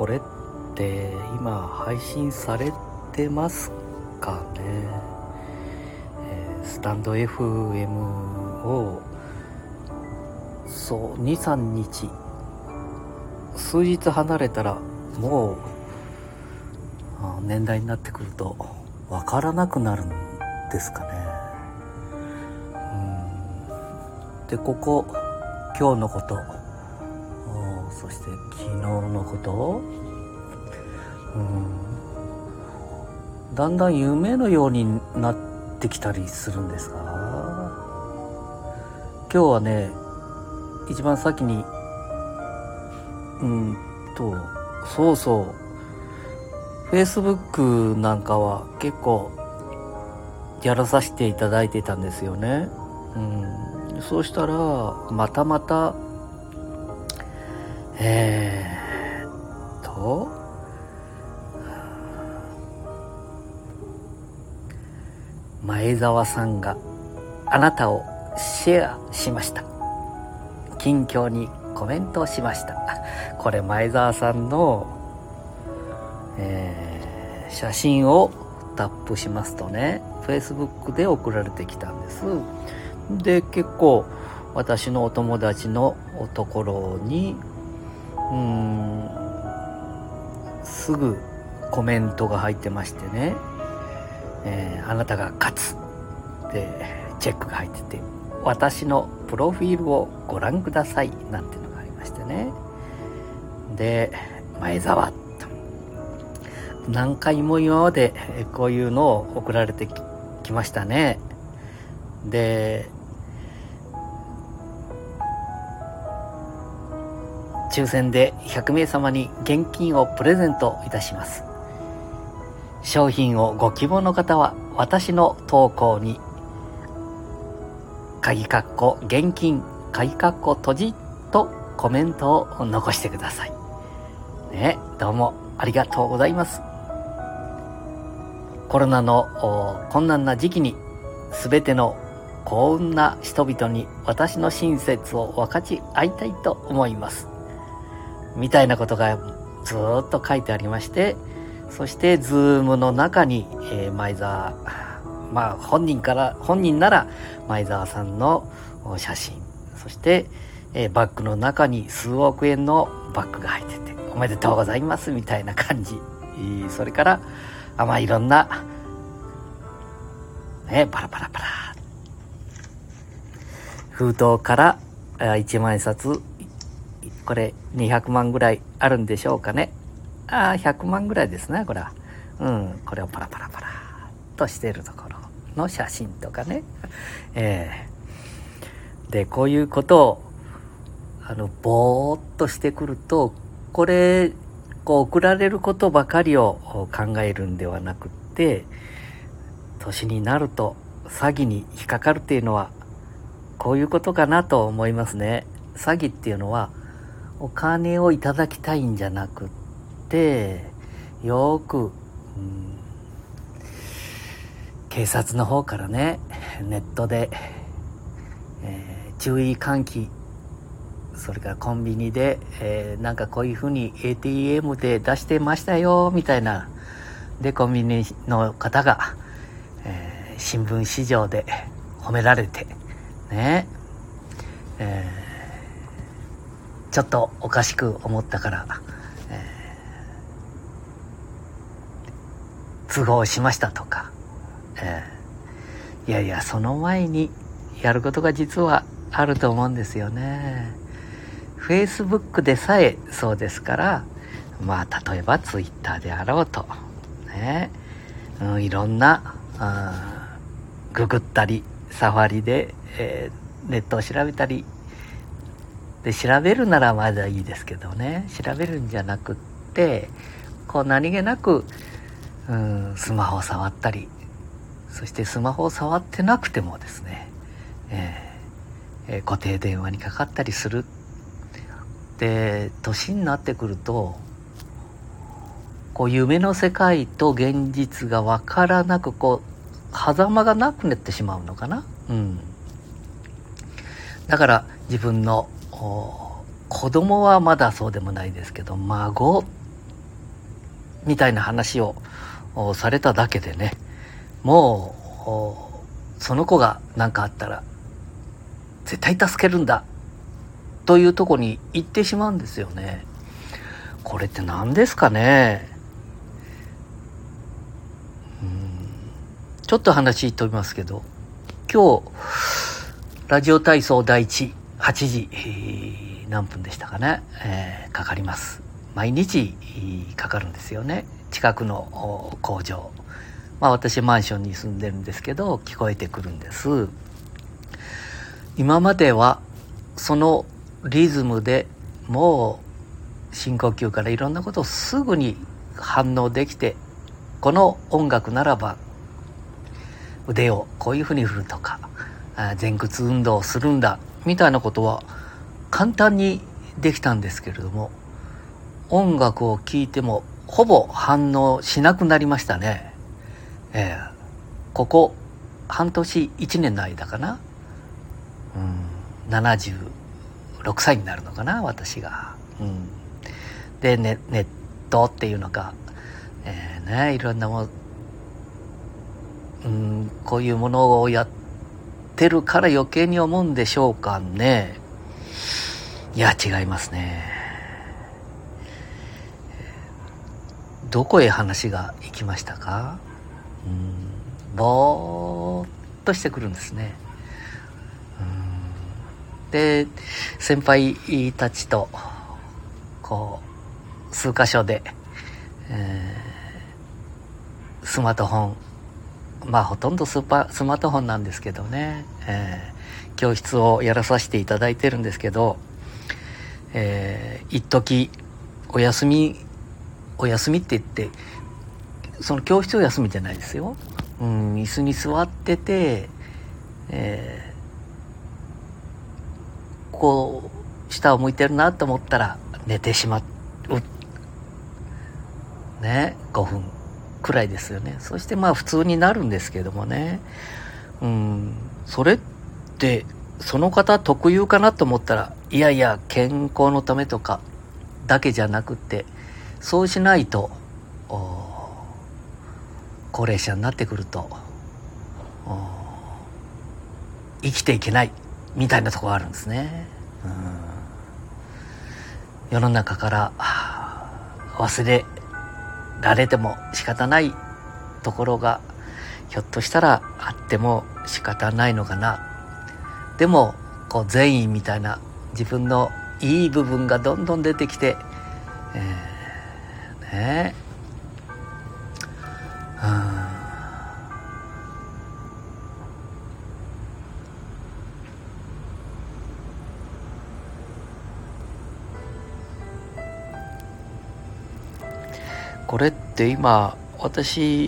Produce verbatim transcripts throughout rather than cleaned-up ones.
これって今配信されてますかね。えー、スタンド エフエム をそう にさんにち数日離れたらもう年代になってくるとわからなくなるんですかね。うんでここ今日のことそして昨日のこと、うん、だんだん夢のようになってきたりするんですが、今日はね一番先にうんとそうそうFacebook なんかは結構やらさせていただいてたんですよね。うん、そうしたらまたまたえー、っと前澤さんがあなたをシェアしました。近況にコメントをしました。これ前澤さんの、えー、写真をタップしますとね Facebook で送られてきたんです。で結構私のお友達のところにうーんすぐコメントが入ってましてね、えー、あなたが勝つでチェックが入ってて、私のプロフィールをご覧くださいなんてのがありましてね。で前澤と何回も今までこういうのを送られてきましたね。で抽選でひゃくめいさまに現金をプレゼントいたします。商品をご希望の方は私の投稿に鍵括弧現金鍵括弧閉じとコメントを残してくださいね。どうもありがとうございます。コロナの困難な時期にすべての幸運な人々に私の親切を分かち合いたいと思いますみたいなことがずーっと書いてありまして、そしてズームの中に、えー、前澤まあ本人から本人なら前澤さんの写真、そして、えー、バッグの中に数億円のバッグが入ってておめでとうございますみたいな感じ、えー、それからあまあいろんなねパラパラパラ封筒からいちまんえん札、これにひゃくまんぐらいあるんでしょうかね。ああひゃくまんぐらいですねこれは。うんこれをパラパラパラとしているところの写真とかね、えー、でこういうことをあのぼーっとしてくると、これこう送られることばかりを考えるんではなくって、年になると詐欺に引っかかるっていうのはこういうことかなと思いますね。詐欺っていうのはお金をいただきたいんじゃなくって、よく、うん、警察の方からねネットで、えー、注意喚起、それからコンビニで、えー、なんかこういうふうに エーティーエム で出してましたよみたいなでコンビニの方が、えー、新聞市場で褒められてね、えー、ちょっとおかしく思ったから、えー、通報しましたとか、えー、いやいやその前にやることが実はあると思うんですよね。Facebook でさえそうですから、まあ例えば Twitter であろうとね、うん、いろんなあググったりサファリで、えー、ネットを調べたりで、調べるならまだいいですけどね、調べるんじゃなくってこう何気なく、うん、スマホを触ったり、そしてスマホを触ってなくてもですね、えーえー、固定電話にかかったりする。で年になってくるとこう夢の世界と現実が分からなく、こう狭間がなくなってしまうのかな、うん、だから自分の子供はまだそうでもないですけど、孫みたいな話をされただけでね、もうその子が何かあったら絶対助けるんだというところに行ってしまうんですよね。これって何ですかね。うーんちょっと話飛びますけど、今日ラジオ体操第一はちじ、えー、何分でしたかね、えー、かかります。毎日かかるんですよね。近くの工場、まあ私マンションに住んでるんですけど、聞こえてくるんです。今まではそのリズムでもう深呼吸からいろんなことをすぐに反応できて、この音楽ならば腕をこういうふうに振るとか、前屈運動をするんだみたいなことは簡単にできたんですけれども、音楽を聴いてもほぼ反応しなくなりましたね。えー、ここ半年いちねんの間かな、うん、ななじゅうろくさいになるのかな私が、うん、で、ね、ネットっていうのか、えーね、いろんなも、うん、こういうものをやってるから余計に思うんでしょうかね。いや違いますね。どこへ話が行きましたか。うんぼーっとしてくるんですね。うんで先輩たちとこう数箇所で、えー、スマートフォン、まあほとんどスーパースマートフォンなんですけどね、えー、教室をやらさせていただいてるんですけど、えー、一時お休みお休みって言ってその教室を休みじゃないですよ、うん、椅子に座ってて、えー、こう下を向いてるなと思ったら寝てしまうね、ごふんくらいですよね。そしてまあ普通になるんですけどもね、うん、それってその方特有かなと思ったら、いやいや健康のためとかだけじゃなくて、そうしないと高齢者になってくると生きていけないみたいなところがあるんですね。うん、世の中から忘れられても仕方ないところがひょっとしたらあっても仕方ないのかな。でもこう善意みたいな自分のいい部分がどんどん出てきて、えー、ねえ、うんこれって今私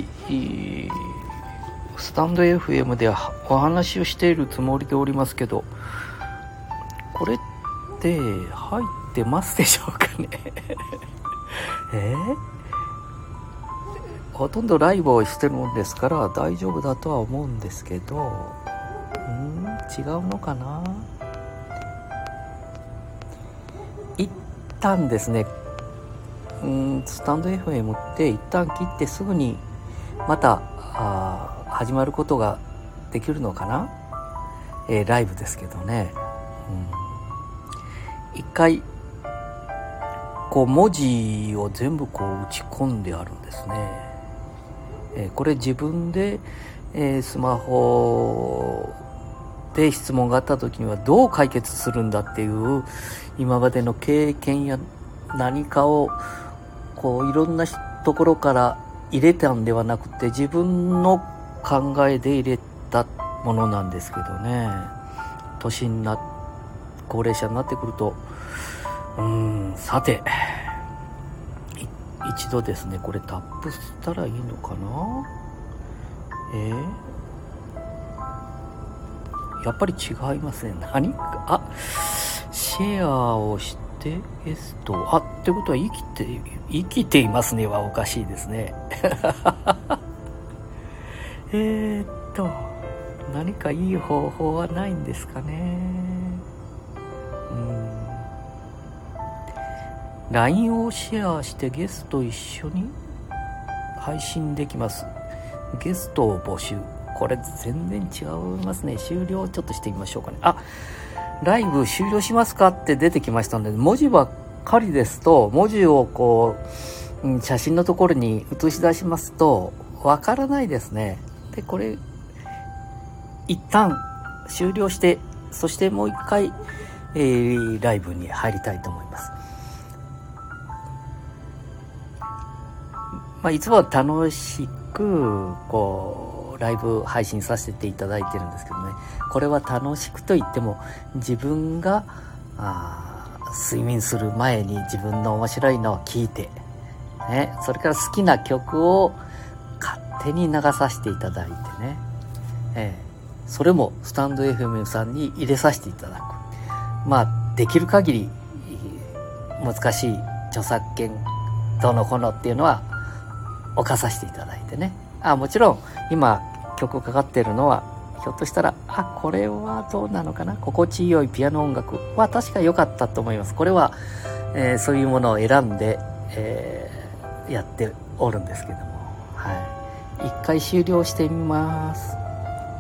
スタンド エフエム でお話をしているつもりでおりますけど、これって入ってますでしょうかねえー、ほとんどライブをしてるもんですから大丈夫だとは思うんですけど、ん違うのかな。一旦ですね、うんスタンド エフエム って一旦切ってすぐにまたあ始まることができるのかな、えー、ライブですけどね、うん、一回こう文字を全部こう打ち込んであるんですね、えー、これ自分で、えー、スマホで質問があった時にはどう解決するんだっていう今までの経験や何かをこういろんなところから入れたんではなくて自分の考えで入れたものなんですけどね、年にな高齢者になってくるとうーんさて一度ですねこれタップしたらいいのかな。えー、やっぱり違いますね。何かあシェアをしてゲストあってことは生きて生きていますねはおかしいですねえーっと何かいい方法はないんですかね。うん ライン をシェアしてゲスト一緒に配信できます。ゲストを募集。これ全然違いますね。終了ちょっとしてみましょうかね。あ、ライブ終了しますかって出てきましたので、文字ばっかりですと、文字をこう、うん、写真のところに映し出しますとわからないですね。で、これ一旦終了して、そしてもう一回、えー、ライブに入りたいと思います。まあ、いつもは楽しくこうライブ配信させていただいてるんですけどね、これは楽しくと言っても自分があ睡眠する前に自分の面白いのを聞いて、ね、それから好きな曲を勝手に流させていただいてね、えー、それもスタンド エフエム さんに入れさせていただく。まあできる限り難しい著作権どうのこうのっていうのは犯させていただいてね。あ、もちろん今曲かかってるのはひょっとしたら、あ、これはどうなのかな、心地よいピアノ音楽は確か良かったと思います。これは、えー、そういうものを選んで、えー、やっておるんですけども、はい、一回終了してみます。